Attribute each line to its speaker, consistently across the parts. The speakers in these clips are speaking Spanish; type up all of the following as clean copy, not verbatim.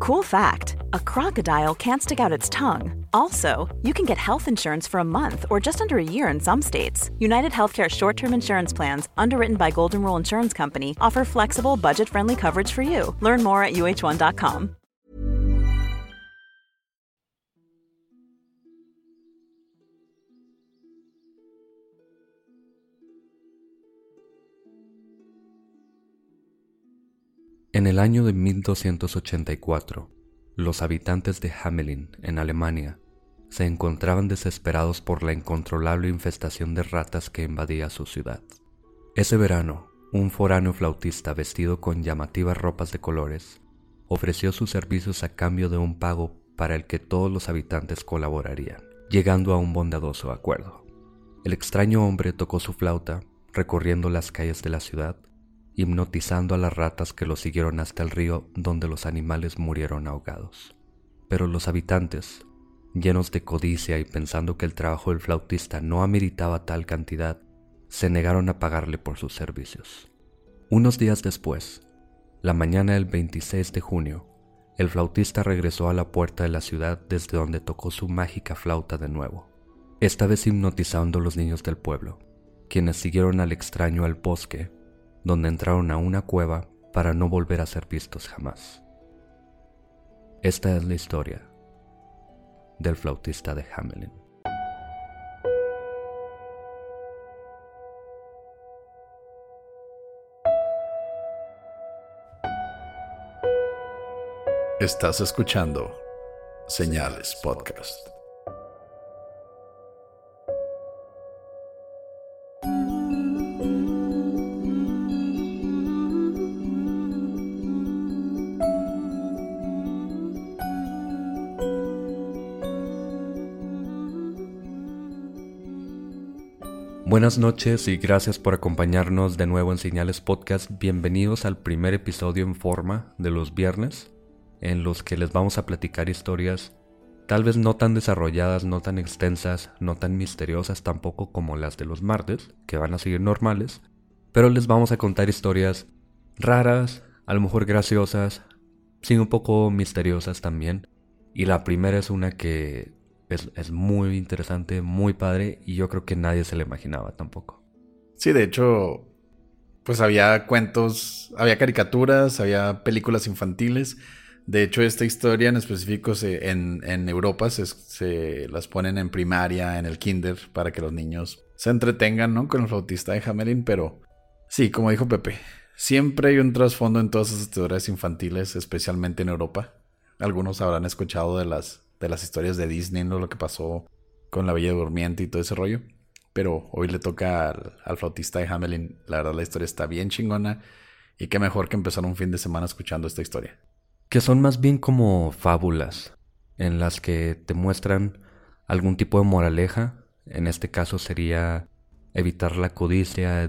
Speaker 1: Cool fact, a crocodile can't stick out its tongue. Also, you can get health insurance for a month or just under a year in some states. United Healthcare short-term insurance plans, underwritten by Golden Rule Insurance Company, offer flexible, budget-friendly coverage for you. Learn more at uh1.com.
Speaker 2: En el año de 1284, los habitantes de Hamelin, en Alemania, se encontraban desesperados por la incontrolable infestación de ratas que invadía su ciudad. Ese verano, un foráneo flautista vestido con llamativas ropas de colores ofreció sus servicios a cambio de un pago para el que todos los habitantes colaborarían, llegando a un bondadoso acuerdo. El extraño hombre tocó su flauta, recorriendo las calles de la ciudad, hipnotizando a las ratas que lo siguieron hasta el río donde los animales murieron ahogados. Pero los habitantes, llenos de codicia y pensando que el trabajo del flautista no ameritaba tal cantidad, se negaron a pagarle por sus servicios. Unos días después, la mañana del 26 de junio, el flautista regresó a la puerta de la ciudad desde donde tocó su mágica flauta de nuevo, esta vez hipnotizando a los niños del pueblo, quienes siguieron al extraño al bosque, donde entraron a una cueva para no volver a ser vistos jamás. Esta es la historia del flautista de Hamelin.
Speaker 3: Estás escuchando Señales Podcast.
Speaker 2: Buenas noches y gracias por acompañarnos de nuevo en Señales Podcast. Bienvenidos al primer episodio en forma de los viernes, en los que les vamos a platicar historias tal vez no tan desarrolladas, no tan extensas, no tan misteriosas tampoco como las de los martes, que van a seguir normales, pero les vamos a contar historias raras, a lo mejor graciosas, sí un poco misteriosas también. Y la primera es una que es muy interesante, muy padre, y yo creo que nadie se la imaginaba tampoco.
Speaker 3: Sí, de hecho, pues había cuentos, había caricaturas, había películas infantiles. De hecho, esta historia en específico en Europa se las ponen en primaria, en el kinder, para que los niños se entretengan, ¿no?, con el flautista de Hamelin. Pero sí, como dijo Pepe, siempre hay un trasfondo en todas esas historias infantiles, especialmente en Europa. Algunos habrán escuchado de las historias de Disney, ¿no?, lo que pasó con la Bella Durmiente y todo ese rollo. Pero hoy le toca al flautista de Hamelin. La verdad, la historia está bien chingona. Y qué mejor que empezar un fin de semana escuchando esta historia.
Speaker 2: Que son más bien como fábulas, en las que te muestran algún tipo de moraleja. En este caso sería evitar la codicia,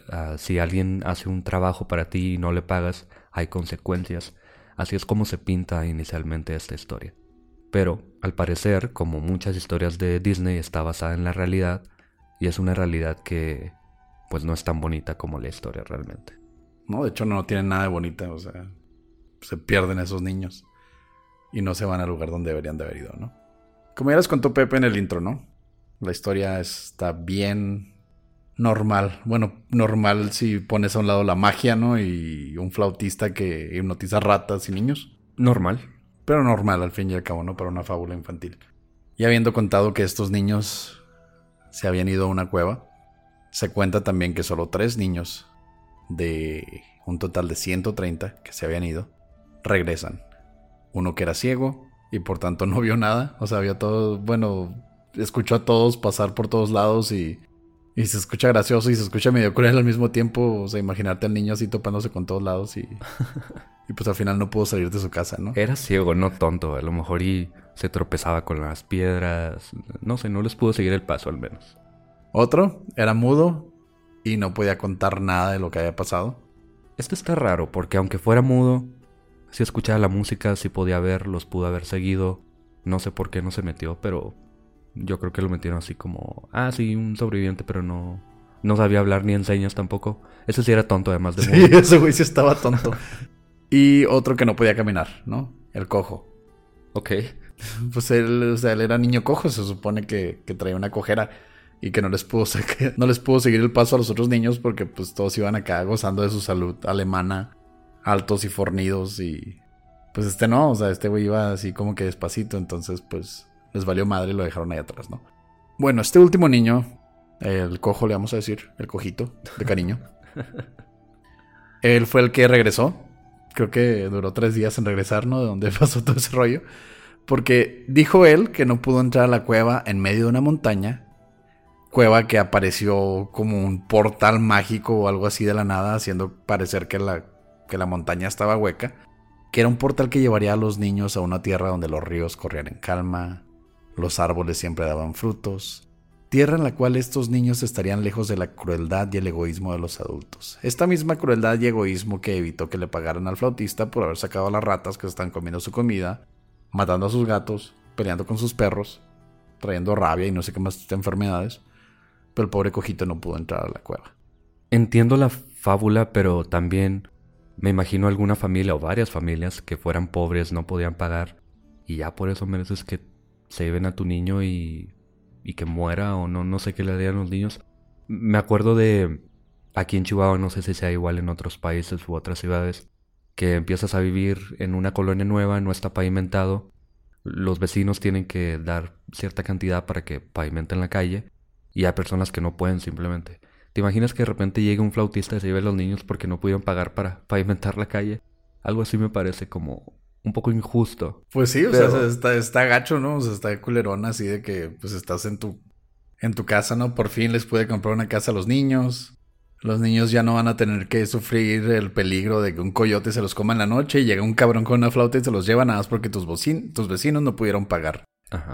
Speaker 2: si alguien hace un trabajo para ti y no le pagas, hay consecuencias. Así es como se pinta inicialmente esta historia. Pero, al parecer, como muchas historias de Disney, está basada en la realidad, y es una realidad que pues no es tan bonita como la historia realmente.
Speaker 3: No, de hecho no tiene nada de bonita, o sea, se pierden esos niños y no se van al lugar donde deberían de haber ido, ¿no? Como ya les contó Pepe en el intro, ¿no? La historia está bien normal. Bueno, normal si pones a un lado la magia, ¿no?, y un flautista que hipnotiza ratas y niños.
Speaker 2: Normal.
Speaker 3: Pero normal al fin y al cabo, ¿no?, para una fábula infantil. Y habiendo contado que estos niños se habían ido a una cueva, se cuenta también que solo 3 niños de un total de 130 que se habían ido regresan. Uno que era ciego y por tanto no vio nada, o sea, vio todo, bueno, escuchó a todos pasar por todos lados y se escucha gracioso y se escucha medio cruel al mismo tiempo. O sea, imaginarte al niño así topándose con todos lados y pues al final no pudo salir de su casa, ¿no?
Speaker 2: Era ciego, no tonto. A lo mejor y se tropezaba con las piedras. No sé, no les pudo seguir el paso al menos.
Speaker 3: Otro era mudo y no podía contar nada de lo que había pasado.
Speaker 2: Esto está raro porque aunque fuera mudo, sí escuchaba la música, sí podía ver, los pudo haber seguido. No sé por qué no se metió, pero yo creo que lo metieron así como... Ah, sí, un sobreviviente, pero no sabía hablar ni en señas tampoco. Ese sí era tonto, además de mudo.
Speaker 3: Sí, ese güey sí estaba tonto. Y otro que no podía caminar, ¿no? el cojo.
Speaker 2: Ok.
Speaker 3: Pues él era niño cojo, se supone que traía una cojera y que no les pudo seguir el paso a los otros niños porque pues todos iban acá gozando de su salud alemana, altos y fornidos y pues no, o sea, este güey iba así como que despacito, entonces pues les valió madre y lo dejaron ahí atrás, ¿no? Bueno, este último niño, el cojo le vamos a decir, el cojito, de cariño. Él fue el que regresó. Creo que duró 3 días en regresar, ¿no? De donde pasó todo ese rollo. Porque dijo él que no pudo entrar a la cueva en medio de una montaña. Cueva que apareció como un portal mágico o algo así de la nada, haciendo parecer que la montaña estaba hueca. Que era un portal que llevaría a los niños a una tierra donde los ríos corrían en calma, los árboles siempre daban frutos. Tierra en la cual estos niños estarían lejos de la crueldad y el egoísmo de los adultos. Esta misma crueldad y egoísmo que evitó que le pagaran al flautista por haber sacado a las ratas que están comiendo su comida, matando a sus gatos, peleando con sus perros, trayendo rabia y no sé qué más enfermedades. Pero el pobre cojito no pudo entrar a la cueva.
Speaker 2: Entiendo la fábula, pero también me imagino alguna familia o varias familias que fueran pobres, no podían pagar y ya por eso mereces que se lleven a tu niño y que muera o no sé qué le harían los niños. Me acuerdo de aquí en Chihuahua, no sé si sea igual en otros países u otras ciudades, que empiezas a vivir en una colonia nueva, no está pavimentado, los vecinos tienen que dar cierta cantidad para que pavimenten la calle y hay personas que no pueden simplemente. ¿Te imaginas que de repente llegue un flautista y se lleve a los niños porque no pudieron pagar para pavimentar la calle? Algo así me parece como un poco injusto.
Speaker 3: Pues sí, o sea, está gacho, ¿no? O sea, está culerón así de que pues estás en tu casa, ¿no? Por fin les pude comprar una casa a los niños. Los niños ya no van a tener que sufrir el peligro de que un coyote se los coma en la noche y llega un cabrón con una flauta y se los lleva nada más porque tus vecinos no pudieron pagar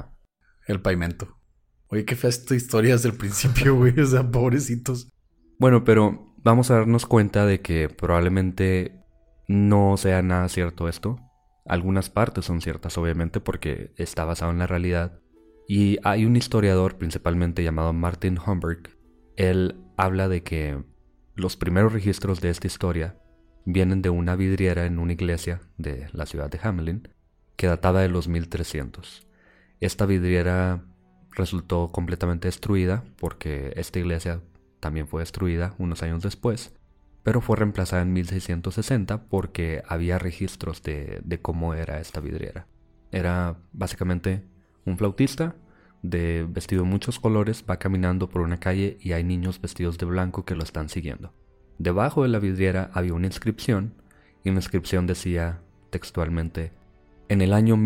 Speaker 3: el pavimento. Oye, qué fea esta historia desde el principio, güey. O sea, pobrecitos.
Speaker 2: Bueno, pero vamos a darnos cuenta de que probablemente no sea nada cierto esto. Algunas partes son ciertas, obviamente, porque está basado en la realidad. Y hay un historiador principalmente llamado Martin Humberg. Él habla de que los primeros registros de esta historia vienen de una vidriera en una iglesia de la ciudad de Hamelin que databa de los 1300. Esta vidriera resultó completamente destruida porque esta iglesia también fue destruida unos años después, pero fue reemplazada en 1660 porque había registros de cómo era esta vidriera. Era básicamente un flautista vestido de muchos colores, va caminando por una calle y hay niños vestidos de blanco que lo están siguiendo. Debajo de la vidriera había una inscripción y una inscripción decía textualmente: en el año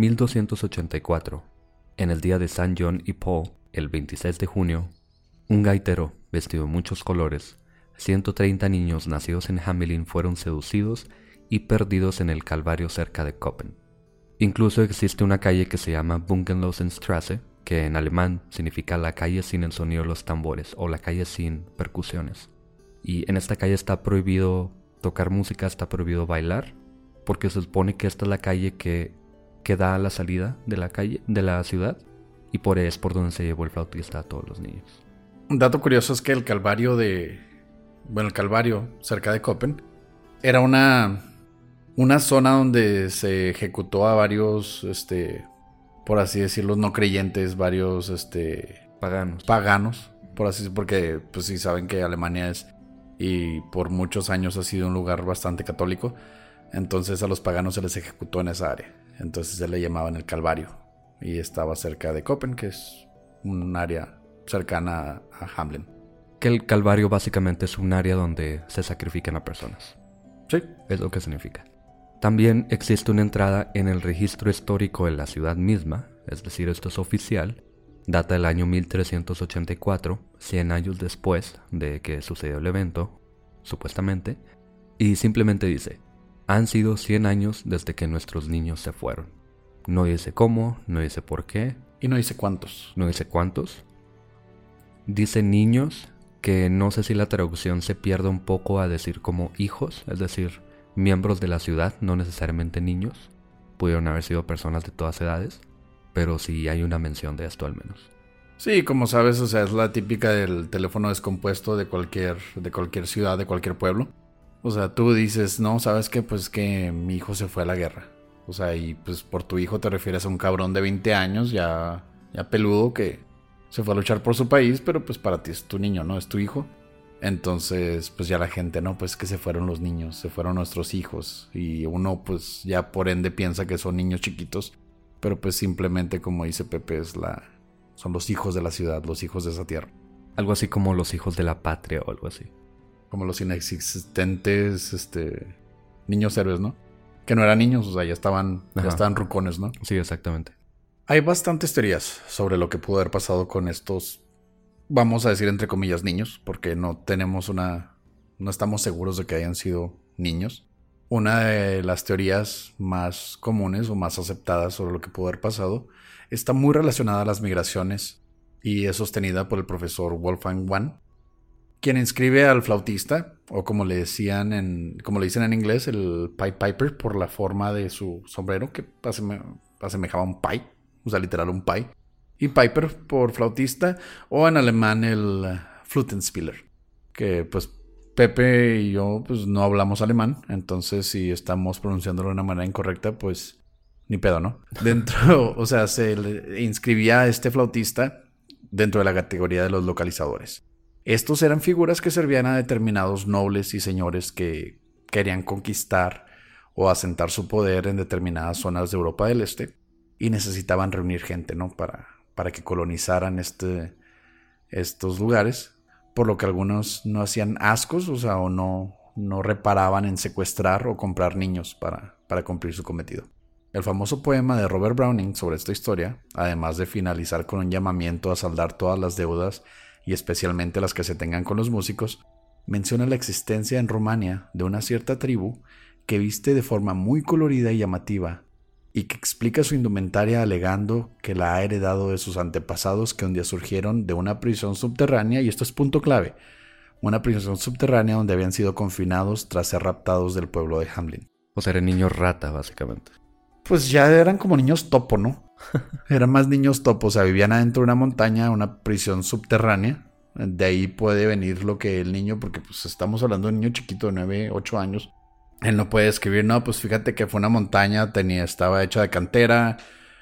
Speaker 2: 1284, en el día de San John y Paul, el 26 de junio, un gaitero vestido de muchos colores, 130 niños nacidos en Hamelin fueron seducidos y perdidos en el Calvario cerca de Koppen. Incluso existe una calle que se llama Bungenlosenstrasse, que en alemán significa la calle sin el sonido de los tambores o la calle sin percusiones. Y en esta calle está prohibido tocar música, está prohibido bailar, porque se supone que esta es la calle que da a la salida de la ciudad, y es por donde se llevó el flautista a todos los niños.
Speaker 3: Un dato curioso es que el Calvario cerca de Koppen era una zona donde se ejecutó a varios, por así decirlo, no creyentes, varios paganos, por así decirlo, porque pues sí saben que Alemania es, y por muchos años ha sido un lugar bastante católico, entonces a los paganos se les ejecutó en esa área, entonces se le llamaban el Calvario, y estaba cerca de Koppen, que es un área cercana a Hamelin.
Speaker 2: Que el Calvario básicamente es un área donde se sacrifican a personas.
Speaker 3: Sí.
Speaker 2: Es lo que significa. También existe una entrada en el registro histórico de la ciudad misma, es decir, esto es oficial, data del año 1384, 100 años después de que sucedió el evento, supuestamente, y simplemente dice: han sido 100 años desde que nuestros niños se fueron. No dice cómo, no dice por qué.
Speaker 3: Y no dice cuántos.
Speaker 2: No dice cuántos. Dice niños, que no sé si la traducción se pierde un poco a decir como hijos, es decir, miembros de la ciudad, no necesariamente niños. Pudieron haber sido personas de todas edades, pero sí hay una mención de esto al menos.
Speaker 3: Sí, como sabes, o sea, es la típica del teléfono descompuesto de cualquier ciudad, de cualquier pueblo. O sea, tú dices, no, ¿sabes qué? Pues que mi hijo se fue a la guerra. O sea, y pues por tu hijo te refieres a un cabrón de 20 años, ya peludo, que se fue a luchar por su país, pero pues para ti es tu niño, ¿no? Es tu hijo. Entonces, pues ya la gente, ¿no? Pues que se fueron los niños, se fueron nuestros hijos. Y uno pues ya por ende piensa que son niños chiquitos. Pero pues simplemente, como dice Pepe, son los hijos de la ciudad, los hijos de esa tierra.
Speaker 2: Algo así como los hijos de la patria o algo así.
Speaker 3: Como los inexistentes niños héroes, ¿no? Que no eran niños, o sea, ya estaban rucones, ¿no?
Speaker 2: Sí, exactamente.
Speaker 3: Hay bastantes teorías sobre lo que pudo haber pasado con estos, vamos a decir entre comillas, niños, porque no estamos seguros de que hayan sido niños. Una de las teorías más comunes o más aceptadas sobre lo que pudo haber pasado está muy relacionada a las migraciones y es sostenida por el profesor Wolfgang Wahn, quien inscribe al flautista, o como le dicen en inglés, el Pied Piper, por la forma de su sombrero, que asemejaba a un pie, o sea, literal un pie. Y Piper por flautista, o en alemán el Flötenspieler, que pues Pepe y yo pues no hablamos alemán, entonces si estamos pronunciándolo de una manera incorrecta, pues ni pedo, ¿no? O sea, se le inscribía a este flautista dentro de la categoría de los localizadores. Estos eran figuras que servían a determinados nobles y señores que querían conquistar o asentar su poder en determinadas zonas de Europa del Este y necesitaban reunir gente, ¿no? Para que colonizaran estos lugares, por lo que algunos no hacían ascos, o sea, o no reparaban en secuestrar o comprar niños para cumplir su cometido. El famoso poema de Robert Browning sobre esta historia, además de finalizar con un llamamiento a saldar todas las deudas y especialmente las que se tengan con los músicos, menciona la existencia en Rumania de una cierta tribu que viste de forma muy colorida y llamativa y que explica su indumentaria alegando que la ha heredado de sus antepasados que un día surgieron de una prisión subterránea, y esto es punto clave, una prisión subterránea donde habían sido confinados tras ser raptados del pueblo de Hamelin.
Speaker 2: O sea, eran niños rata, básicamente.
Speaker 3: Pues ya eran como niños topo, ¿no? Eran más niños topo, o sea, vivían adentro de una montaña, una prisión subterránea. De ahí puede venir lo que el niño, porque pues estamos hablando de un niño chiquito de 9, 8 años. Él no puede escribir, no, pues fíjate que fue una montaña, estaba hecha de cantera,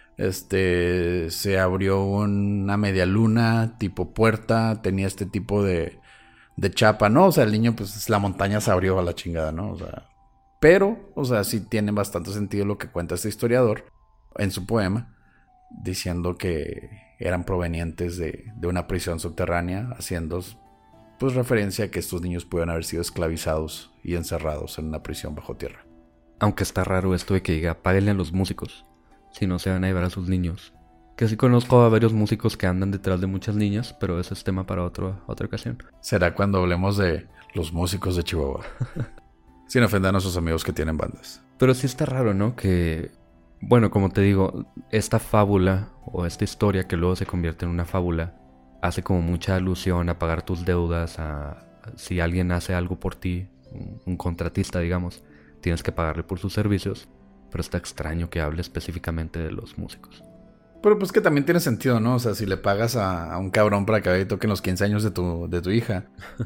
Speaker 3: se abrió una media luna, tipo puerta, tenía este tipo de chapa, ¿no? O sea, el niño, pues la montaña se abrió a la chingada, ¿no? O sea, pero, o sea, sí tiene bastante sentido lo que cuenta este historiador en su poema, diciendo que eran provenientes de una prisión subterránea, haciendo pues referencia a que estos niños pudieron haber sido esclavizados y encerrados en una prisión bajo tierra.
Speaker 2: Aunque está raro esto de que diga, páguenle a los músicos, si no se van a llevar a sus niños. Que sí conozco a varios músicos que andan detrás de muchas niñas, pero ese es tema para otra ocasión.
Speaker 3: Será cuando hablemos de los músicos de Chihuahua. Sin ofender a nuestros amigos que tienen bandas.
Speaker 2: Pero sí está raro, ¿no? Que, bueno, como te digo, esta fábula o esta historia que luego se convierte en una fábula hace como mucha alusión a pagar tus deudas, a si alguien hace algo por ti, un contratista, digamos, tienes que pagarle por sus servicios, pero está extraño que hable específicamente de los músicos.
Speaker 3: Pero pues que también tiene sentido, ¿no? O sea, si le pagas a un cabrón para que vaya y toque en los 15 años de tu hija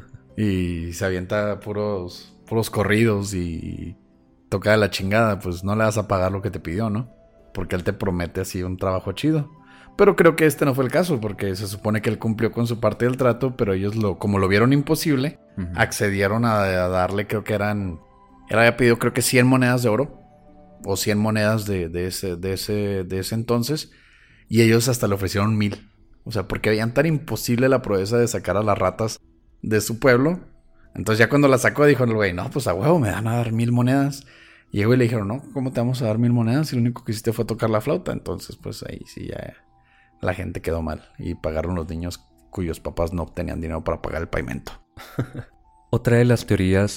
Speaker 3: y se avienta puros corridos y toca de la chingada, pues no le vas a pagar lo que te pidió, ¿no? Porque él te promete así un trabajo chido. Pero creo que este no fue el caso, porque se supone que él cumplió con su parte del trato, pero ellos como lo vieron imposible, accedieron a darle, creo que él había pedido creo que 100 monedas de oro, o 100 monedas de ese entonces, y ellos hasta le ofrecieron 1000. O sea, porque veían tan imposible la proeza de sacar a las ratas de su pueblo. Entonces ya cuando la sacó dijo el güey, no, pues a huevo me van a dar 1000 monedas. Y el güey le dijeron, no, ¿cómo te vamos a dar 1000 monedas si lo único que hiciste fue tocar la flauta? Entonces pues ahí sí ya la gente quedó mal y pagaron los niños cuyos papás no tenían dinero para pagar el pavimento.
Speaker 2: Otra de las teorías,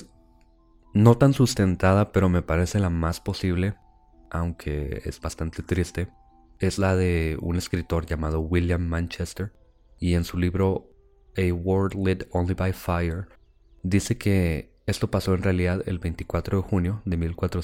Speaker 2: no tan sustentada, pero me parece la más posible, aunque es bastante triste, es la de un escritor llamado William Manchester, y en su libro A World Lit Only by Fire dice que esto pasó en realidad el 24 de junio de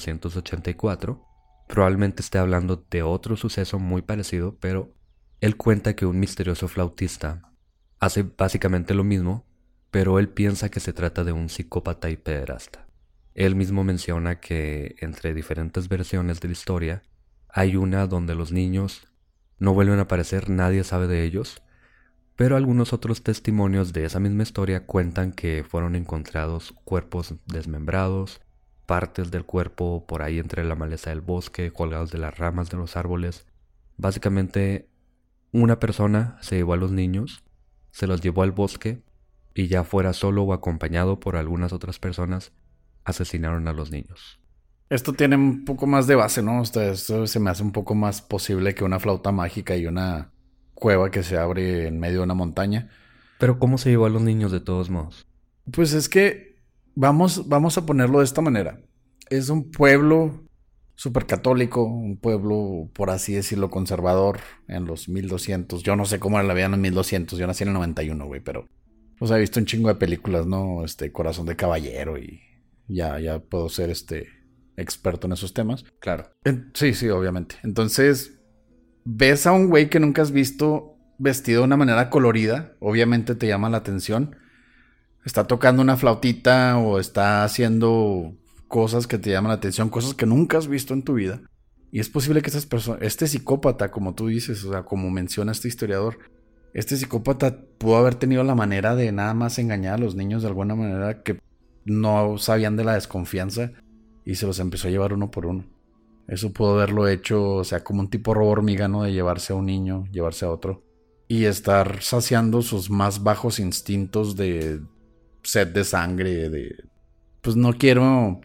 Speaker 2: 1484. Probablemente esté hablando de otro suceso muy parecido, pero él cuenta que un misterioso flautista hace básicamente lo mismo, pero él piensa que se trata de un psicópata y pederasta. Él mismo menciona que entre diferentes versiones de la historia hay una donde los niños no vuelven a aparecer, nadie sabe de ellos, pero algunos otros testimonios de esa misma historia cuentan que fueron encontrados cuerpos desmembrados, partes del cuerpo por ahí entre la maleza del bosque, colgados de las ramas de los árboles. Básicamente, una persona se llevó a los niños, se los llevó al bosque y ya fuera solo o acompañado por algunas otras personas, asesinaron a los niños.
Speaker 3: Esto tiene un poco más de base, ¿no? O sea, esto se me hace un poco más posible que una flauta mágica y una cueva que se abre en medio de una montaña.
Speaker 2: Pero ¿cómo se llevó a los niños de todos modos?
Speaker 3: Pues es que vamos a ponerlo de esta manera. Es un pueblo súper católico, un pueblo, por así decirlo, conservador en los 1200. Yo no sé cómo era la vida en los 1200, yo nací en el 91, güey, pero... O sea, he visto un chingo de películas, ¿no? Corazón de Caballero y ya puedo ser experto en esos temas.
Speaker 2: Claro.
Speaker 3: Sí, obviamente. Entonces, ves a un güey que nunca has visto vestido de una manera colorida, obviamente te llama la atención. Está tocando una flautita o está haciendo cosas que te llaman la atención, cosas que nunca has visto en tu vida. Y es posible que estas personas, este psicópata, como tú dices, o sea, como menciona este historiador, este psicópata pudo haber tenido la manera de nada más engañar a los niños de alguna manera que no sabían de la desconfianza y se los empezó a llevar uno por uno. Eso pudo haberlo hecho, o sea, como un tipo robo hormiga, ¿no? De llevarse a un niño, llevarse a otro y estar saciando sus más bajos instintos de sed de sangre, pues no quiero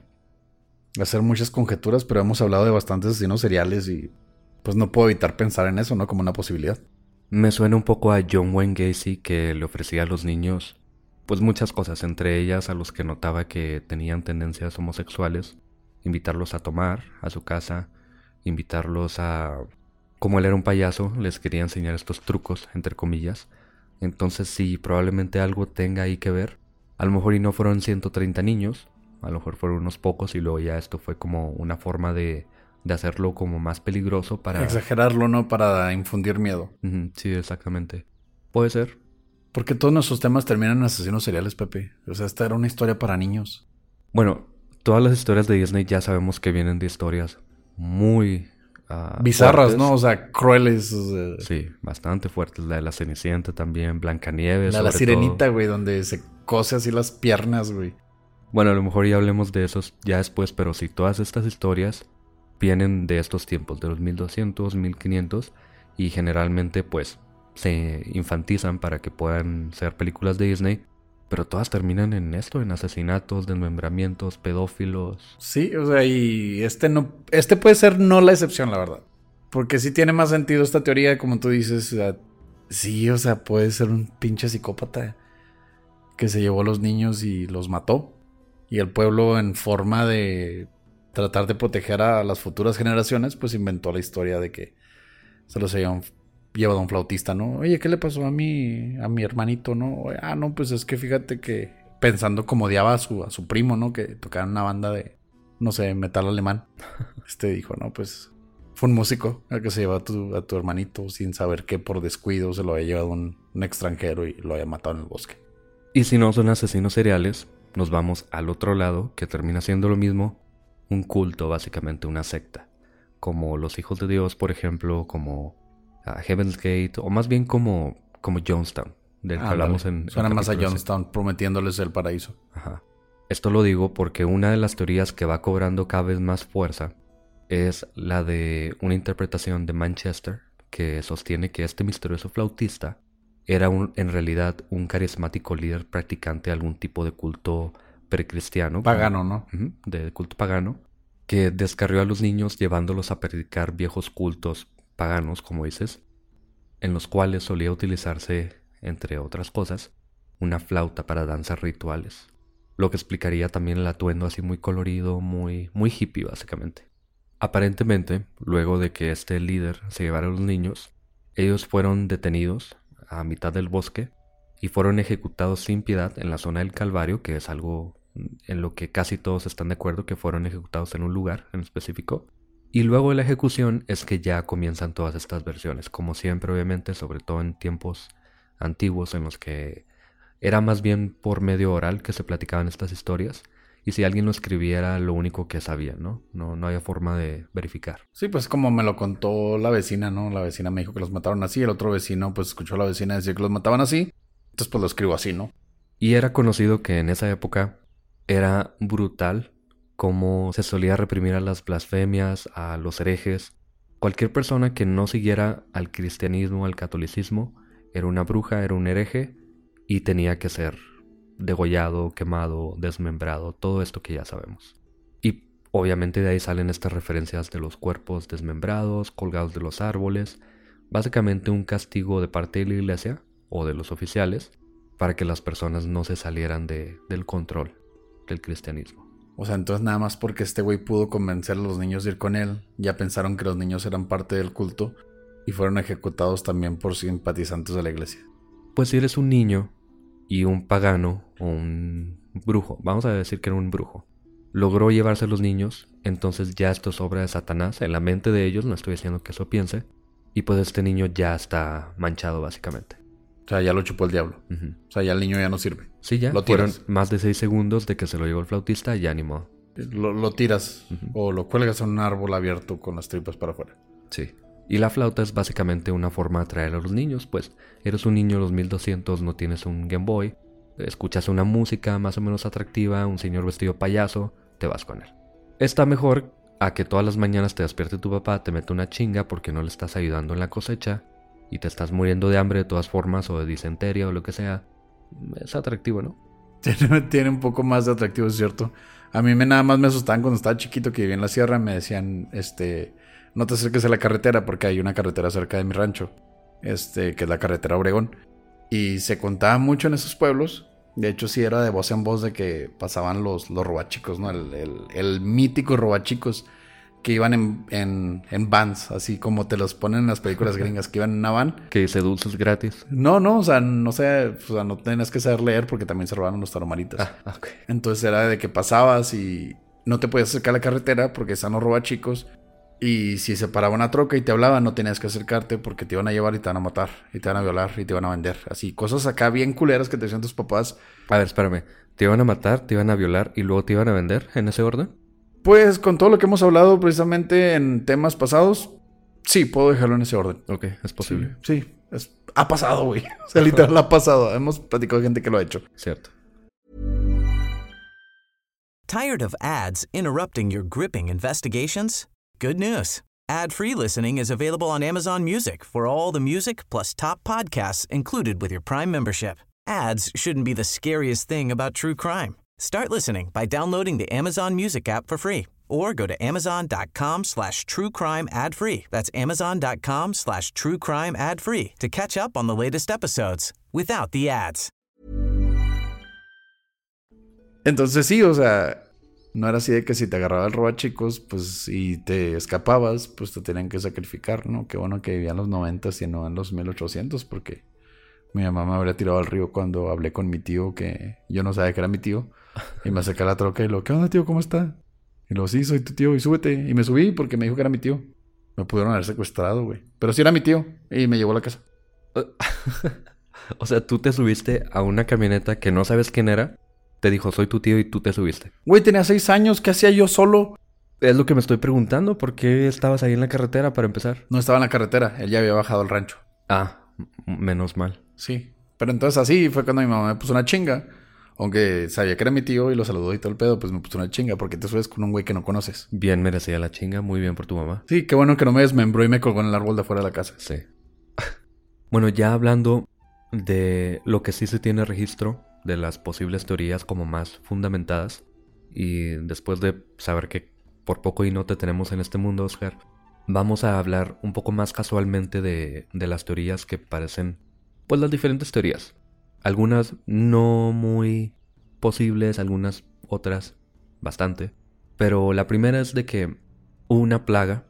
Speaker 3: hacer muchas conjeturas, pero hemos hablado de bastantes asesinos seriales y pues no puedo evitar pensar en eso, ¿no? Como una posibilidad.
Speaker 2: Me suena un poco a John Wayne Gacy, que le ofrecía a los niños pues muchas cosas, entre ellas a los que notaba que tenían tendencias homosexuales, invitarlos a tomar a su casa, invitarlos a... Como él era un payaso, les quería enseñar estos trucos, entre comillas. Entonces sí, probablemente algo tenga ahí que ver. A lo mejor y no fueron 130 niños, a lo mejor fueron unos pocos y luego ya esto fue como una forma de hacerlo como más peligroso para...
Speaker 3: Exagerarlo, ¿no? Para infundir miedo.
Speaker 2: Sí, exactamente. Puede ser.
Speaker 3: Porque todos nuestros temas terminan en asesinos seriales, Pepe. O sea, esta era una historia para niños.
Speaker 2: Bueno, todas las historias de Disney ya sabemos que vienen de historias muy...
Speaker 3: bizarras,
Speaker 2: fuertes.
Speaker 3: ¿no? O sea, crueles. O sea...
Speaker 2: Sí, bastante fuertes. La de la Cenicienta también, Blancanieves.
Speaker 3: La Sirenita, güey, donde se cose así las piernas, güey.
Speaker 2: Bueno, a lo mejor ya hablemos de esos ya después, pero sí, todas estas historias vienen de estos tiempos, de los 1200, 1500, y generalmente pues se infantizan para que puedan ser películas de Disney, pero todas terminan en esto, en asesinatos, desmembramientos, pedófilos.
Speaker 3: Sí, o sea, y este puede ser no la excepción, la verdad. Porque sí tiene más sentido esta teoría, como tú dices. O sea, sí, o sea, puede ser un pinche psicópata que se llevó a los niños y los mató. Y el pueblo, en forma de tratar de proteger a las futuras generaciones, pues inventó la historia de que se los habían llevado a un flautista, ¿no? Oye, ¿qué le pasó a mi hermanito, no? No, pues es que fíjate que pensando como odiaba a su primo, ¿no? Que tocaba en una banda de, no sé, metal alemán. Dijo, no, pues fue un músico el que se llevó a tu hermanito sin saber que por descuido se lo había llevado un extranjero y lo había matado en el bosque.
Speaker 2: Y si no son asesinos seriales, nos vamos al otro lado, que termina siendo lo mismo, un culto, básicamente una secta, como los Hijos de Dios, por ejemplo, como Heaven's Gate, o más bien como Jonestown, del que hablamos en...
Speaker 3: Suena más a Jonestown, prometiéndoles el paraíso.
Speaker 2: Ajá. Esto lo digo porque una de las teorías que va cobrando cada vez más fuerza es la de una interpretación de Manchester que sostiene que este misterioso flautista era en realidad un carismático líder practicante de algún tipo de culto precristiano.
Speaker 3: Pagano, ¿no?
Speaker 2: De culto pagano, que descarrió a los niños llevándolos a practicar viejos cultos paganos, como dices, en los cuales solía utilizarse, entre otras cosas, una flauta para danzas rituales. Lo que explicaría también el atuendo así muy colorido, muy hippie básicamente. Aparentemente, luego de que este líder se llevara a los niños, ellos fueron detenidos a mitad del bosque y fueron ejecutados sin piedad en la zona del Calvario, que es algo en lo que casi todos están de acuerdo, que fueron ejecutados en un lugar en específico. Y luego de la ejecución es que ya comienzan todas estas versiones, como siempre obviamente, sobre todo en tiempos antiguos en los que era más bien por medio oral que se platicaban estas historias, y si alguien lo escribía era lo único que sabía, ¿no? No había forma de verificar.
Speaker 3: Sí, pues como me lo contó la vecina, ¿no? La vecina me dijo que los mataron así, el otro vecino pues escuchó a la vecina decir que los mataban así, entonces pues lo escribo así, ¿no?
Speaker 2: Y era conocido que en esa época era brutal cómo se solía reprimir a las blasfemias, a los herejes. Cualquier persona que no siguiera al cristianismo, al catolicismo, era una bruja, era un hereje y tenía que ser degollado, quemado, desmembrado, todo esto que ya sabemos. Y obviamente de ahí salen estas referencias de los cuerpos desmembrados, colgados de los árboles, básicamente un castigo de parte de la iglesia o de los oficiales para que las personas no se salieran del control del cristianismo.
Speaker 3: O sea, entonces nada más porque este güey pudo convencer a los niños de ir con él, ya pensaron que los niños eran parte del culto y fueron ejecutados también por simpatizantes de la iglesia.
Speaker 2: Pues si eres un niño y un pagano o un brujo, vamos a decir que era un brujo, logró llevarse a los niños, entonces ya esto es obra de Satanás, en la mente de ellos, no estoy diciendo que eso piense, y pues este niño ya está manchado básicamente.
Speaker 3: O sea, ya lo chupó el diablo.
Speaker 2: Uh-huh.
Speaker 3: O sea, ya el niño ya no sirve.
Speaker 2: Sí, ya.
Speaker 3: Lo
Speaker 2: Fueron
Speaker 3: tiras.
Speaker 2: más de 6 segundos de que se lo llevó el flautista y ya ni modo.
Speaker 3: Lo tiras
Speaker 2: Uh-huh.
Speaker 3: o lo cuelgas en un árbol abierto con las tripas para afuera.
Speaker 2: Sí. Y la flauta es básicamente una forma de atraer a los niños, pues eres un niño de los 1200, no tienes un Game Boy, escuchas una música más o menos atractiva, un señor vestido payaso, te vas con él. Está mejor a que todas las mañanas te despierte tu papá, te mete una chinga porque no le estás ayudando en la cosecha y te estás muriendo de hambre de todas formas o de disenteria o lo que sea. Es atractivo, ¿no?
Speaker 3: Tiene un poco más de atractivo, es cierto. A mí nada más me asustaban cuando estaba chiquito, que vivía en la sierra. Me decían, no te acerques a la carretera porque hay una carretera cerca de mi rancho, que es la carretera Obregón. Y se contaba mucho en esos pueblos. De hecho, sí era de voz en voz de que pasaban los robachicos, ¿no? El mítico robachicos que iban en vans, así como te los ponen en las películas gringas, que iban en una van.
Speaker 2: Que dice dulces gratis.
Speaker 3: No, o sea, no tenías que saber leer porque también se robaron los taromaritas.
Speaker 2: Okay.
Speaker 3: Entonces era de que pasabas y no te podías acercar a la carretera porque están los robachicos. Y si se paraba una troca y te hablaban, no tenías que acercarte porque te iban a llevar y te van a matar, y te van a violar y te van a vender. Así, cosas acá bien culeras que te decían tus papás.
Speaker 2: A ver, espérame. ¿Te iban a matar, te iban a violar y luego te iban a vender en ese orden?
Speaker 3: Pues con todo lo que hemos hablado precisamente en temas pasados, sí, puedo dejarlo en ese orden.
Speaker 2: Ok, es posible.
Speaker 3: Sí, ha pasado, güey. O sea, literal ha pasado. Hemos platicado de gente que lo ha hecho.
Speaker 2: Cierto.
Speaker 4: Tired of ads interrupting your gripping investigations? Good news. Ad-free listening is available on Amazon Music for all the music plus top podcasts included with your Prime membership. Ads shouldn't be the scariest thing about true crime. Start listening by downloading the Amazon Music app for free or go to amazon.com/truecrime ad-free. That's amazon.com/truecrime ad-free to catch up on the latest episodes without the ads.
Speaker 3: Entonces sí, o sea, no era así de que si te agarraba el robachicos, pues y te escapabas, pues te tenían que sacrificar, ¿no? Qué bueno que vivían los 90s y no en los 1800, porque mi mamá me habría tirado al río cuando hablé con mi tío, que yo no sabía que era mi tío, y me acerqué a la troca y lo, ¿qué onda, tío? ¿Cómo está? Y lo, sí, soy tu tío, y súbete. Y me subí porque me dijo que era mi tío. Me pudieron haber secuestrado, güey. Pero sí era mi tío, y me llevó a la casa.
Speaker 2: O sea, tú te subiste a una camioneta que no sabes quién era. Te dijo, soy tu tío, y tú te subiste.
Speaker 3: Güey, tenía 6 años, ¿qué hacía yo solo?
Speaker 2: Es lo que me estoy preguntando. ¿Por qué estabas ahí en la carretera para empezar?
Speaker 3: No estaba en la carretera, él ya había bajado al rancho.
Speaker 2: Ah, menos mal.
Speaker 3: Sí, pero entonces así fue cuando mi mamá me puso una chinga. Aunque sabía que era mi tío y lo saludó y todo el pedo, pues me puso una chinga porque te subes con un güey que no conoces.
Speaker 2: Bien merecida la chinga, muy bien por tu mamá.
Speaker 3: Sí, qué bueno que no me desmembró y me colgó en el árbol de afuera de la casa.
Speaker 2: Sí. Bueno, ya hablando de lo que sí se tiene registro, de las posibles teorías como más fundamentadas, y después de saber que por poco y no te tenemos en este mundo, Oscar, vamos a hablar un poco más casualmente de las teorías que parecen, pues las diferentes teorías. Algunas no muy posibles, algunas otras bastante. Pero la primera es de que hubo una plaga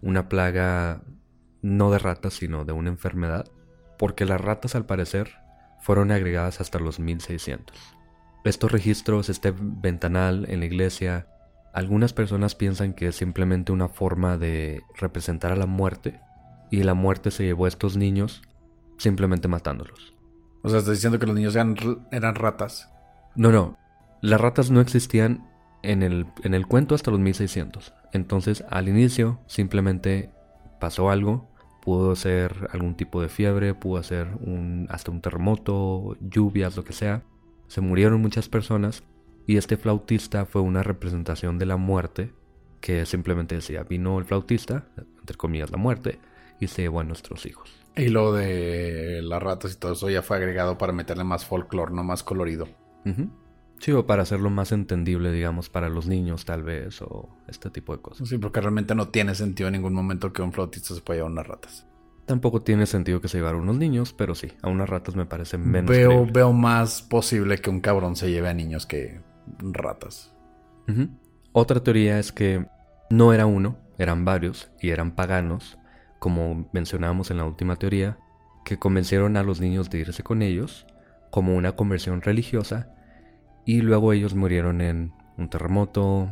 Speaker 2: no de ratas, sino de una enfermedad, porque las ratas al parecer fueron agregadas hasta los 1600. Estos registros, este ventanal en la iglesia, algunas personas piensan que es simplemente una forma de representar a la muerte, y la muerte se llevó a estos niños simplemente matándolos.
Speaker 3: O sea, estás diciendo que los niños eran ratas.
Speaker 2: No, las ratas no existían en el cuento hasta los 1600. Entonces, al inicio, simplemente pasó algo. Pudo ser algún tipo de fiebre, pudo ser hasta un terremoto, lluvias, lo que sea. Se murieron muchas personas y este flautista fue una representación de la muerte que simplemente decía, vino el flautista, entre comillas la muerte, y se llevó a nuestros hijos.
Speaker 3: Y lo de las ratas y todo eso ya fue agregado para meterle más folclore, no más colorido.
Speaker 2: Uh-huh. Sí, o para hacerlo más entendible, digamos, para los niños tal vez, o este tipo de cosas.
Speaker 3: Sí, porque realmente no tiene sentido en ningún momento que un flautista se pueda llevar unas ratas.
Speaker 2: Tampoco tiene sentido que se llevaran unos niños, pero sí, a unas ratas me parece menos creíble.
Speaker 3: Veo más posible que un cabrón se lleve a niños que ratas.
Speaker 2: Uh-huh. Otra teoría es que no era uno, eran varios, y eran paganos, como mencionábamos en la última teoría, que convencieron a los niños de irse con ellos, como una conversión religiosa, y luego ellos murieron en un terremoto,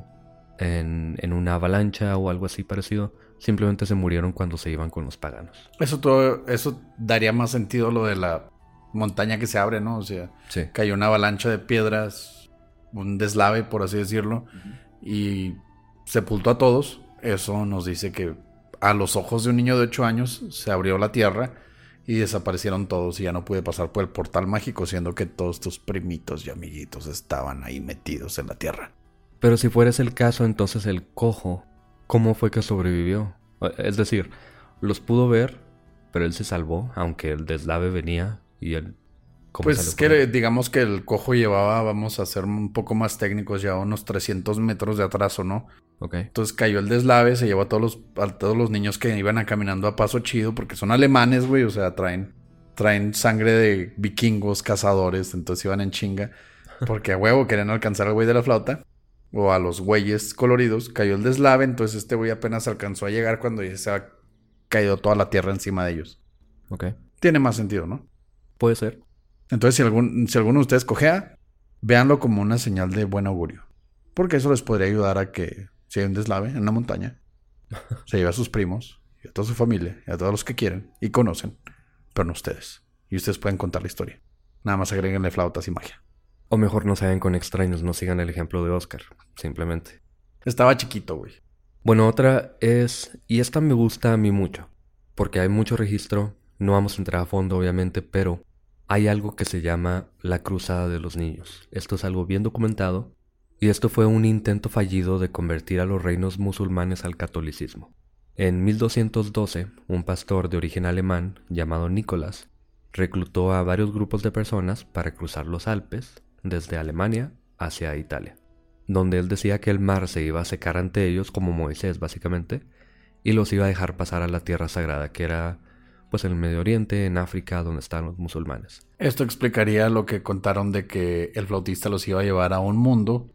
Speaker 2: en una avalancha o algo así parecido. Simplemente se murieron cuando se iban con los paganos.
Speaker 3: Eso daría más sentido lo de la montaña que se abre, ¿no? O sea,
Speaker 2: sí,
Speaker 3: cayó una avalancha de piedras, un deslave, por así decirlo, y sepultó a todos. Eso nos dice que a los ojos de un niño de 8 años se abrió la tierra y desaparecieron todos y ya no pude pasar por el portal mágico, siendo que todos tus primitos y amiguitos estaban ahí metidos en la tierra.
Speaker 2: Pero si fuera ese el caso, entonces el cojo, ¿cómo fue que sobrevivió? Es decir, los pudo ver, pero él se salvó, aunque el deslave venía y él...
Speaker 3: Pues es que digamos que el cojo llevaba, vamos a ser un poco más técnicos, ya unos 300 metros de atraso, ¿no?
Speaker 2: Ok.
Speaker 3: Entonces cayó el deslave, se llevó a todos los niños que iban caminando a paso chido, porque son alemanes, güey, o sea, traen sangre de vikingos, cazadores, entonces iban en chinga, porque a huevo querían alcanzar al güey de la flauta, o a los güeyes coloridos. Cayó el deslave, entonces este güey apenas alcanzó a llegar cuando ya se ha caído toda la tierra encima de ellos.
Speaker 2: Ok.
Speaker 3: Tiene más sentido, ¿no?
Speaker 2: Puede ser.
Speaker 3: Entonces, si alguno de ustedes cojea, véanlo como una señal de buen augurio. Porque eso les podría ayudar a que, si hay un deslave en una montaña, se lleve a sus primos, y a toda su familia, y a todos los que quieren y conocen, pero no ustedes. Y ustedes pueden contar la historia. Nada más agréguenle flautas y magia.
Speaker 2: O mejor no se vayan con extraños, no sigan el ejemplo de Oscar, simplemente.
Speaker 3: Estaba chiquito, güey.
Speaker 2: Bueno, otra es, y esta me gusta a mí mucho, porque hay mucho registro, no vamos a entrar a fondo obviamente, pero hay algo que se llama la Cruzada de los Niños. Esto es algo bien documentado, y esto fue un intento fallido de convertir a los reinos musulmanes al catolicismo. En 1212, un pastor de origen alemán llamado Nicolás reclutó a varios grupos de personas para cruzar los Alpes desde Alemania hacia Italia, donde él decía que el mar se iba a secar ante ellos como Moisés básicamente, y los iba a dejar pasar a la tierra sagrada, que era pues en el Medio Oriente, en África, donde estaban los musulmanes.
Speaker 3: Esto explicaría lo que contaron de que el flautista los iba a llevar a un mundo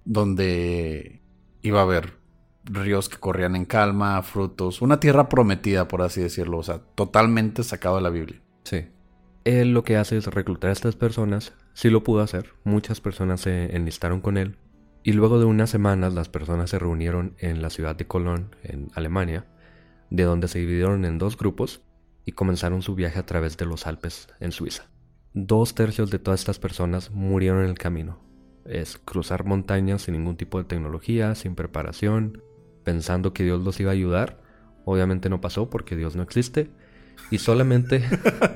Speaker 3: donde iba a haber ríos que corrían en calma, frutos, una tierra prometida, por así decirlo, o sea, totalmente sacado de la Biblia.
Speaker 2: Sí. Él lo que hace es reclutar a estas personas. Sí lo pudo hacer, muchas personas se enlistaron con él, y luego de unas semanas las personas se reunieron en la ciudad de Colón, en Alemania, de donde se dividieron en 2 grupos y comenzaron su viaje a través de los Alpes en Suiza. 2/3 de todas estas personas murieron en el camino. Es cruzar montañas sin ningún tipo de tecnología, sin preparación, pensando que Dios los iba a ayudar. Obviamente no pasó porque Dios no existe. Y solamente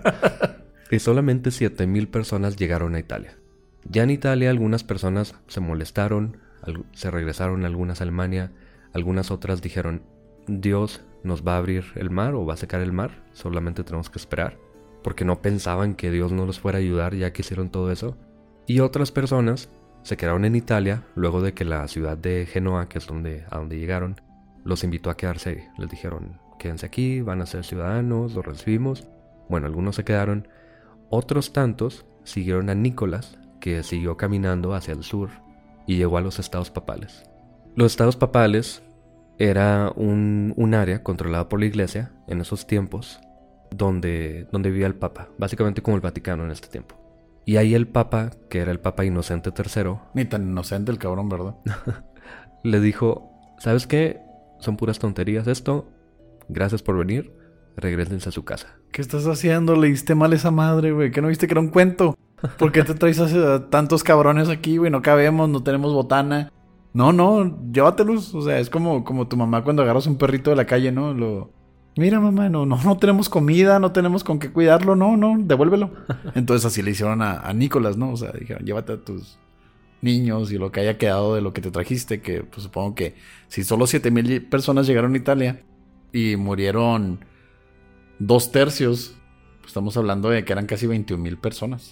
Speaker 2: 7,000 personas llegaron a Italia. Ya en Italia algunas personas se molestaron, se regresaron algunas a Alemania, algunas otras dijeron, Dios nos va a abrir el mar o va a secar el mar, solamente tenemos que esperar, porque no pensaban que Dios no los fuera a ayudar ya que hicieron todo eso. Y otras personas se quedaron en Italia luego de que la ciudad de Génova, que es a donde llegaron, los invitó a quedarse ahí. Les dijeron, quédense aquí, van a ser ciudadanos, los recibimos. Bueno, algunos se quedaron. Otros tantos siguieron a Nicolás, que siguió caminando hacia el sur y llegó a los estados papales. Los estados papales era un área controlada por la iglesia en esos tiempos donde vivía el Papa, básicamente como el Vaticano en este tiempo. Y ahí el Papa, que era el Papa Inocente III,
Speaker 3: Ni tan inocente el cabrón, ¿verdad?
Speaker 2: le dijo, ¿sabes qué? Son puras tonterías esto, gracias por venir, regrésense a su casa.
Speaker 3: ¿Qué estás haciendo? Le diste mal a esa madre, güey. ¿Qué no viste que era un cuento? ¿Por qué te traes a tantos cabrones aquí, güey? No cabemos, no tenemos botana, No, llévatelos. O sea, es como tu mamá cuando agarras un perrito de la calle, ¿no? Mira, mamá, no tenemos comida, no tenemos con qué cuidarlo, no, devuélvelo. Entonces así le hicieron a Nicolás, ¿no? O sea, dijeron, llévate a tus niños y lo que haya quedado de lo que te trajiste, que pues supongo que si solo 7,000 personas llegaron a Italia y murieron 2/3, pues estamos hablando de que eran casi 21,000 personas.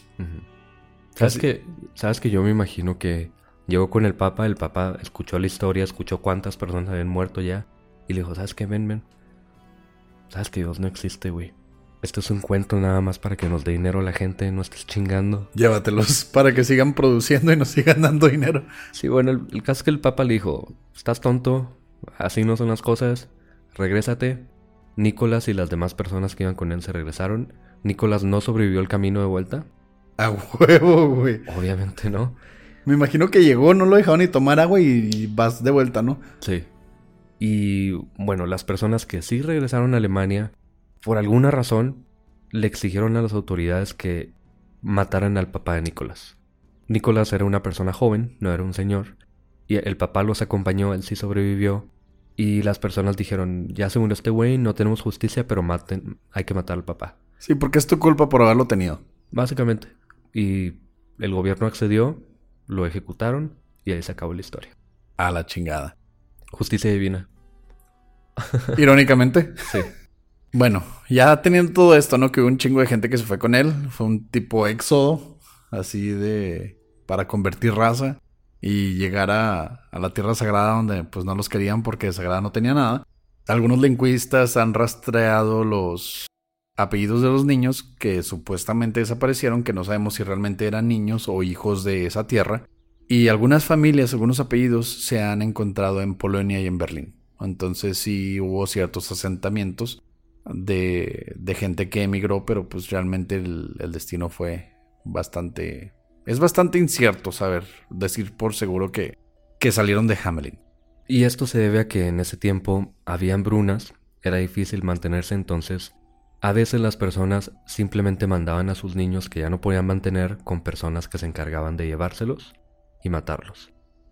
Speaker 2: ¿Sabes que yo me imagino que llegó con el Papa escuchó la historia, escuchó cuántas personas habían muerto ya y le dijo, ¿sabes qué, men? ¿Sabes que Dios no existe, güey? Esto es un cuento nada más para que nos dé dinero a la gente, no estés chingando.
Speaker 3: Llévatelos para que sigan produciendo y nos sigan dando dinero.
Speaker 2: Sí, bueno, el caso es que el Papa le dijo, estás tonto, así no son las cosas, regrésate. Nicolás y las demás personas que iban con él se regresaron. Nicolás no sobrevivió el camino de vuelta.
Speaker 3: A huevo, güey.
Speaker 2: Obviamente no.
Speaker 3: Me imagino que llegó, no lo dejaron ni tomar agua y vas de vuelta, ¿no?
Speaker 2: Sí. Y bueno, las personas que sí regresaron a Alemania, por alguna razón, le exigieron a las autoridades que mataran al papá de Nicolás. Nicolás era una persona joven, no era un señor, y el papá los acompañó, él sí sobrevivió, y las personas dijeron, ya se murió este güey, no tenemos justicia, pero hay que matar al papá.
Speaker 3: Sí, porque es tu culpa por haberlo tenido.
Speaker 2: Básicamente. Y el gobierno accedió, lo ejecutaron, y ahí se acabó la historia.
Speaker 3: A la chingada.
Speaker 2: Justicia divina.
Speaker 3: Irónicamente.
Speaker 2: Sí.
Speaker 3: Bueno, ya teniendo todo esto, ¿no? Que hubo un chingo de gente que se fue con él. Fue un tipo éxodo, así para convertir raza y llegar a la tierra sagrada donde pues no los querían porque sagrada no tenía nada. Algunos lingüistas han rastreado los apellidos de los niños que supuestamente desaparecieron, que no sabemos si realmente eran niños o hijos de esa tierra. Y algunas familias, algunos apellidos se han encontrado en Polonia y en Berlín. Entonces sí hubo ciertos asentamientos de gente que emigró, pero pues realmente el destino fue bastante... Es bastante incierto decir por seguro que salieron de Hamelin.
Speaker 2: Y esto se debe a que en ese tiempo había hambrunas, era difícil mantenerse, entonces a veces las personas simplemente mandaban a sus niños que ya no podían mantener con personas que se encargaban de llevárselos y matarlos.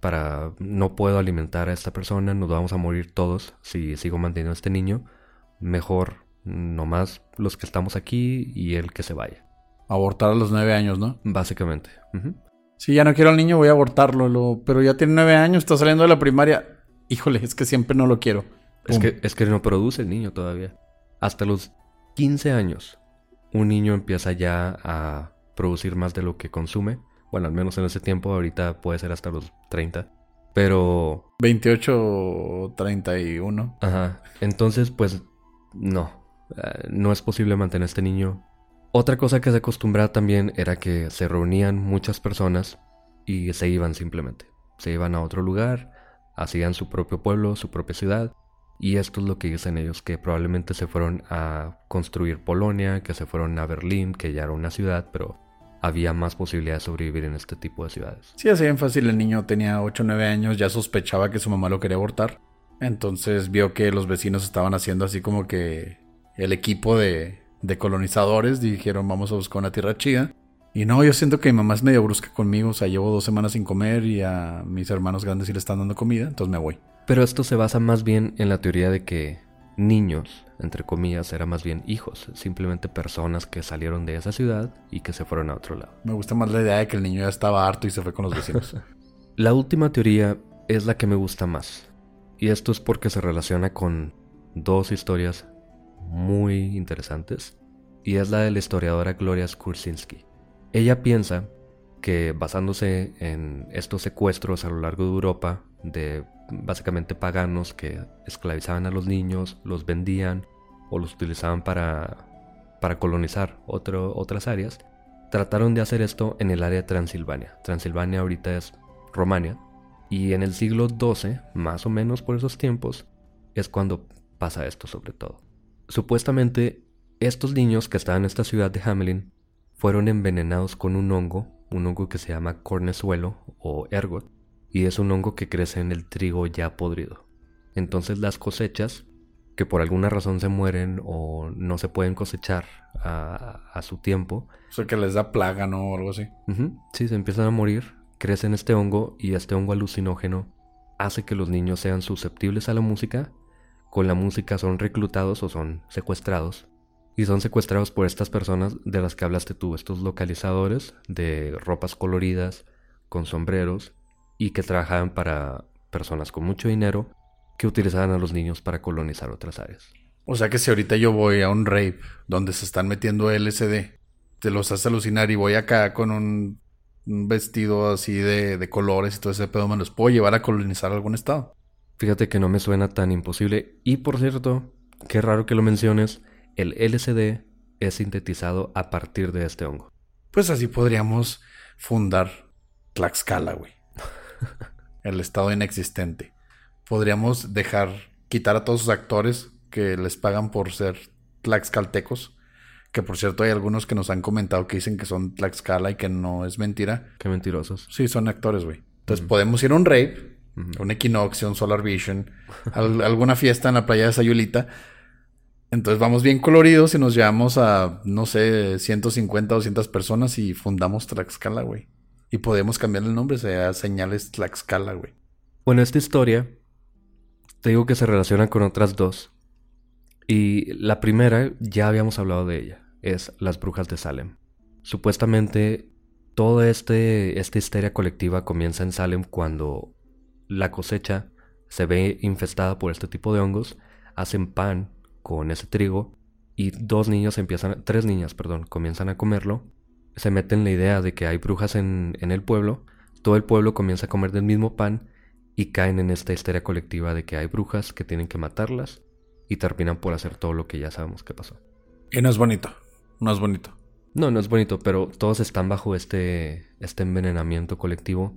Speaker 2: No puedo alimentar a esta persona, nos vamos a morir todos si sigo manteniendo a este niño. Mejor nomás los que estamos aquí y él que se vaya.
Speaker 3: Abortar a los 9 años, ¿no?
Speaker 2: Básicamente. Uh-huh.
Speaker 3: Si ya no quiero al niño, voy a abortarlo. Pero ya tiene 9 años, está saliendo de la primaria. Híjole, es que siempre no lo quiero.
Speaker 2: Es que no produce el niño todavía. Hasta los 15 años, un niño empieza ya a producir más de lo que consume. Bueno, al menos en ese tiempo, ahorita puede ser hasta los 30. Pero...
Speaker 3: 28 o 31.
Speaker 2: Ajá. Entonces, pues, no. No es posible mantener a este niño. Otra cosa que se acostumbraba también era que se reunían muchas personas y se iban simplemente. Se iban a otro lugar, hacían su propio pueblo, su propia ciudad. Y esto es lo que dicen ellos, que probablemente se fueron a construir Polonia, que se fueron a Berlín, que ya era una ciudad, pero había más posibilidad de sobrevivir en este tipo de ciudades.
Speaker 3: Sí, así bien fácil. El niño tenía 8 o 9 años, ya sospechaba que su mamá lo quería abortar. Entonces vio que los vecinos estaban haciendo así como que el equipo de colonizadores dijeron, vamos a buscar una tierra chida. Y no, yo siento que mi mamá es medio brusca conmigo. O sea, llevo 2 semanas sin comer y a mis hermanos grandes sí le están dando comida, entonces me voy.
Speaker 2: Pero esto se basa más bien en la teoría de que niños, entre comillas, eran más bien hijos. Simplemente personas que salieron de esa ciudad y que se fueron a otro lado.
Speaker 3: Me gusta más la idea de que el niño ya estaba harto y se fue con los vecinos.
Speaker 2: La última teoría es la que me gusta más. Y esto es porque se relaciona con 2 historias muy interesantes. Y es la de la historiadora Gloria Skurczynski. Ella piensa que basándose en estos secuestros a lo largo de Europa de básicamente paganos que esclavizaban a los niños, los vendían o los utilizaban para colonizar otras áreas, trataron de hacer esto en el área de Transilvania. Transilvania ahorita es Rumania. Y en el siglo XII, más o menos por esos tiempos, es cuando pasa esto sobre todo. Supuestamente, estos niños que estaban en esta ciudad de Hamelin fueron envenenados con un hongo que se llama cornezuelo o ergot, y es un hongo que crece en el trigo ya podrido. Entonces las cosechas, que por alguna razón se mueren o no se pueden cosechar a su tiempo.
Speaker 3: O sea, que les da plaga, ¿no? O algo así.
Speaker 2: Sí, se empiezan a morir, crecen este hongo y este hongo alucinógeno hace que los niños sean susceptibles a la música. Con la música son reclutados o son secuestrados. Y son secuestrados por estas personas de las que hablaste tú, estos localizadores de ropas coloridas, con sombreros, y que trabajaban para personas con mucho dinero que utilizaban a los niños para colonizar otras áreas.
Speaker 3: O sea que si ahorita yo voy a un rave donde se están metiendo LSD, te los hace alucinar y voy acá con un vestido así de colores y todo ese pedo, ¿me los puedo llevar a colonizar algún estado?
Speaker 2: Fíjate que no me suena tan imposible. Y por cierto, qué raro que lo menciones, el LSD es sintetizado a partir de este hongo.
Speaker 3: Pues así podríamos fundar Tlaxcala, güey. El estado inexistente. Podríamos quitar a todos sus actores que les pagan por ser tlaxcaltecos. Que por cierto hay algunos que nos han comentado que dicen que son Tlaxcala y que no es mentira.
Speaker 2: Qué mentirosos.
Speaker 3: Sí, son actores, güey. Entonces podemos ir a un rave, un equinoccio, un Solar Vision, alguna fiesta en la playa de Sayulita. Entonces vamos bien coloridos y nos llevamos a, no sé, 150, 200 personas y fundamos Tlaxcala, güey. Y podemos cambiar el nombre, sea Señales Tlaxcala, güey.
Speaker 2: Bueno, esta historia, te digo que se relaciona con otras dos. Y la primera, ya habíamos hablado de ella, es las brujas de Salem. Supuestamente, toda esta histeria colectiva comienza en Salem cuando la cosecha se ve infestada por este tipo de hongos, hacen pan con ese trigo y tres niñas, comienzan a comerlo. Se meten la idea de que hay brujas en el pueblo, todo el pueblo comienza a comer del mismo pan y caen en esta histeria colectiva de que hay brujas que tienen que matarlas y terminan por hacer todo lo que ya sabemos que pasó.
Speaker 3: Y no es bonito, no es bonito.
Speaker 2: No es bonito, pero todos están bajo este envenenamiento colectivo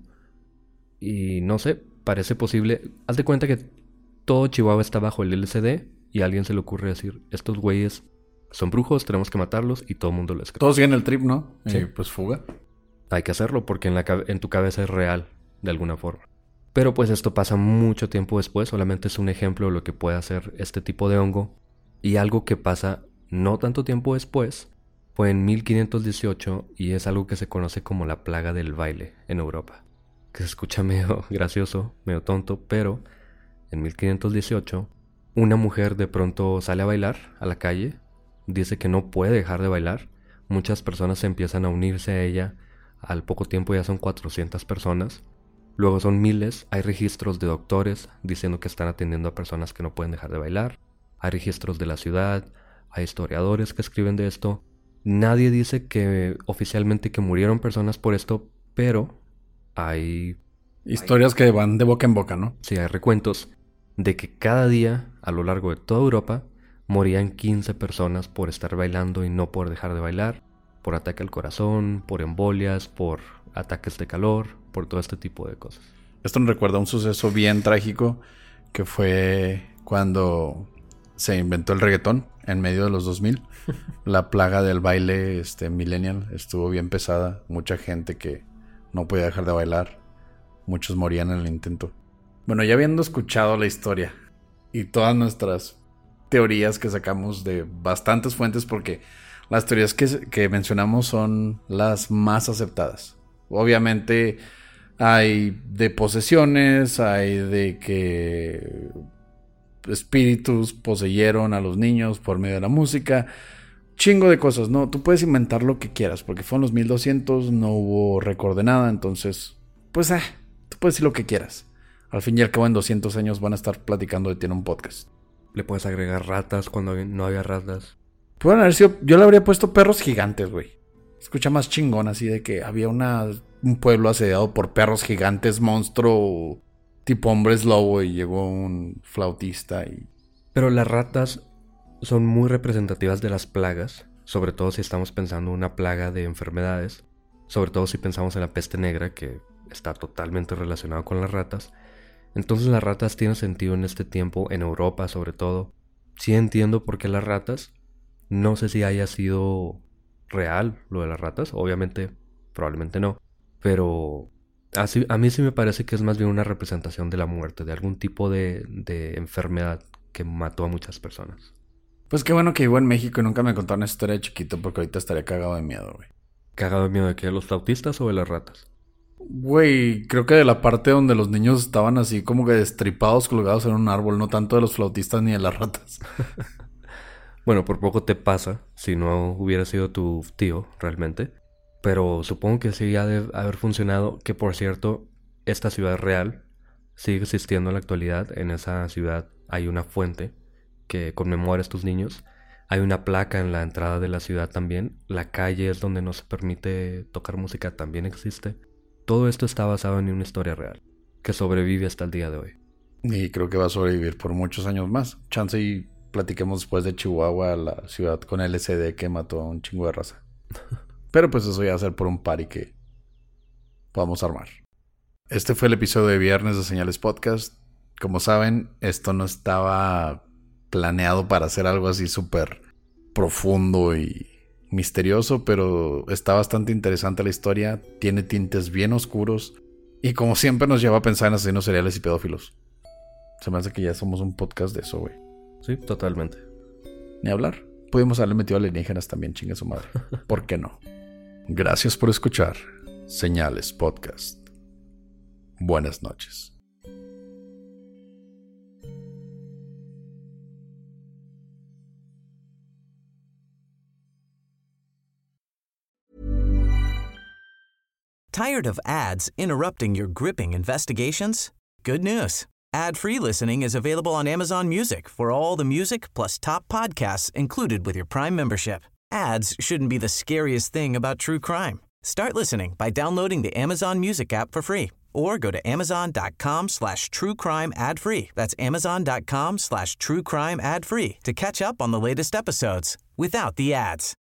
Speaker 2: y no sé, parece posible. Haz de cuenta que todo Chihuahua está bajo el LSD y a alguien se le ocurre decir, estos güeyes son brujos, tenemos que matarlos y todo el mundo les cree.
Speaker 3: Todos siguen el trip, ¿no?
Speaker 2: Sí.
Speaker 3: Y pues fuga.
Speaker 2: Hay que hacerlo porque en tu cabeza es real, de alguna forma. Pero pues esto pasa mucho tiempo después, solamente es un ejemplo de lo que puede hacer este tipo de hongo. Y algo que pasa no tanto tiempo después fue en 1518 y es algo que se conoce como la plaga del baile en Europa. Que se escucha medio gracioso, medio tonto, pero en 1518 una mujer de pronto sale a bailar a la calle, dice que no puede dejar de bailar, muchas personas se empiezan a unirse a ella, al poco tiempo ya son 400 personas, luego son miles, hay registros de doctores diciendo que están atendiendo a personas que no pueden dejar de bailar, hay registros de la ciudad, hay historiadores que escriben de esto, nadie dice que oficialmente que murieron personas por esto, pero hay
Speaker 3: historias que van de boca en boca, ¿no?
Speaker 2: Sí, hay recuentos de que cada día, a lo largo de toda Europa, morían 15 personas por estar bailando y no por dejar de bailar, por ataque al corazón, por embolias, por ataques de calor, por todo este tipo de cosas.
Speaker 3: Esto nos recuerda a un suceso bien trágico que fue cuando se inventó el reggaetón en medio de los 2000. La plaga del baile millennial estuvo bien pesada, mucha gente que no podía dejar de bailar, muchos morían en el intento. Bueno, ya habiendo escuchado la historia y todas nuestras teorías que sacamos de bastantes fuentes, porque las teorías que mencionamos son las más aceptadas. Obviamente hay de posesiones, hay de que espíritus poseyeron a los niños por medio de la música, chingo de cosas, ¿no? Tú puedes inventar lo que quieras, porque fueron los 1200, no hubo récord de nada, entonces, pues, tú puedes decir lo que quieras. Al fin y al cabo, en 200 años van a estar platicando de ti en un podcast.
Speaker 2: Le puedes agregar ratas cuando no había ratas.
Speaker 3: Pueden haber sido... Yo le habría puesto perros gigantes, güey. Escucha más chingón, así de que había un pueblo asediado por perros gigantes, monstruo, tipo hombres lobo, y llegó un flautista y...
Speaker 2: Pero las ratas son muy representativas de las plagas, sobre todo si estamos pensando en una plaga de enfermedades, sobre todo si pensamos en la peste negra, que está totalmente relacionado con las ratas. Entonces las ratas tienen sentido en este tiempo, en Europa sobre todo. Sí entiendo por qué las ratas. No sé si haya sido real lo de las ratas. Obviamente, probablemente no. Pero a mí sí me parece que es más bien una representación de la muerte, de algún tipo de enfermedad que mató a muchas personas.
Speaker 3: Pues qué bueno que vivo en México y nunca me contaron esa historia de chiquito, porque ahorita estaría cagado de miedo, güey.
Speaker 2: ¿Cagado de miedo de qué? ¿De los flautistas o de las ratas?
Speaker 3: Güey, creo que de la parte donde los niños estaban así como que destripados, colgados en un árbol, no tanto de los flautistas ni de las ratas.
Speaker 2: Bueno, por poco te pasa si no hubiera sido tu tío realmente. Pero supongo que sí ha de haber funcionado. Que por cierto, esta ciudad real sigue existiendo en la actualidad. En esa ciudad hay una fuente que conmemora a estos niños. Hay una placa en la entrada de la ciudad también. La calle es donde no se permite tocar música también existe. Todo esto está basado en una historia real que sobrevive hasta el día de hoy.
Speaker 3: Y creo que va a sobrevivir por muchos años más. Chance y platiquemos después de Chihuahua, la ciudad con LSD que mató a un chingo de raza. Pero pues eso ya va a ser por un party que podamos armar. Este fue el episodio de viernes de Señales Podcast. Como saben, esto no estaba planeado para hacer algo así súper profundo y misterioso, pero está bastante interesante la historia. Tiene tintes bien oscuros y como siempre nos lleva a pensar en asesinos seriales y pedófilos. Se me hace que ya somos un podcast de eso, güey.
Speaker 2: Sí, totalmente.
Speaker 3: Ni hablar. Pudimos haberle metido alienígenas también, chingue su madre. ¿Por qué no? Gracias por escuchar Señales Podcast. Buenas noches.
Speaker 4: Tired of ads interrupting your gripping investigations? Good news. Ad-free listening is available on Amazon Music for all the music plus top podcasts included with your Prime membership. Ads shouldn't be the scariest thing about true crime. Start listening by downloading the Amazon Music app for free or go to amazon.com/truecrime ad-free. That's amazon.com/truecrime ad-free to catch up on the latest episodes without the ads.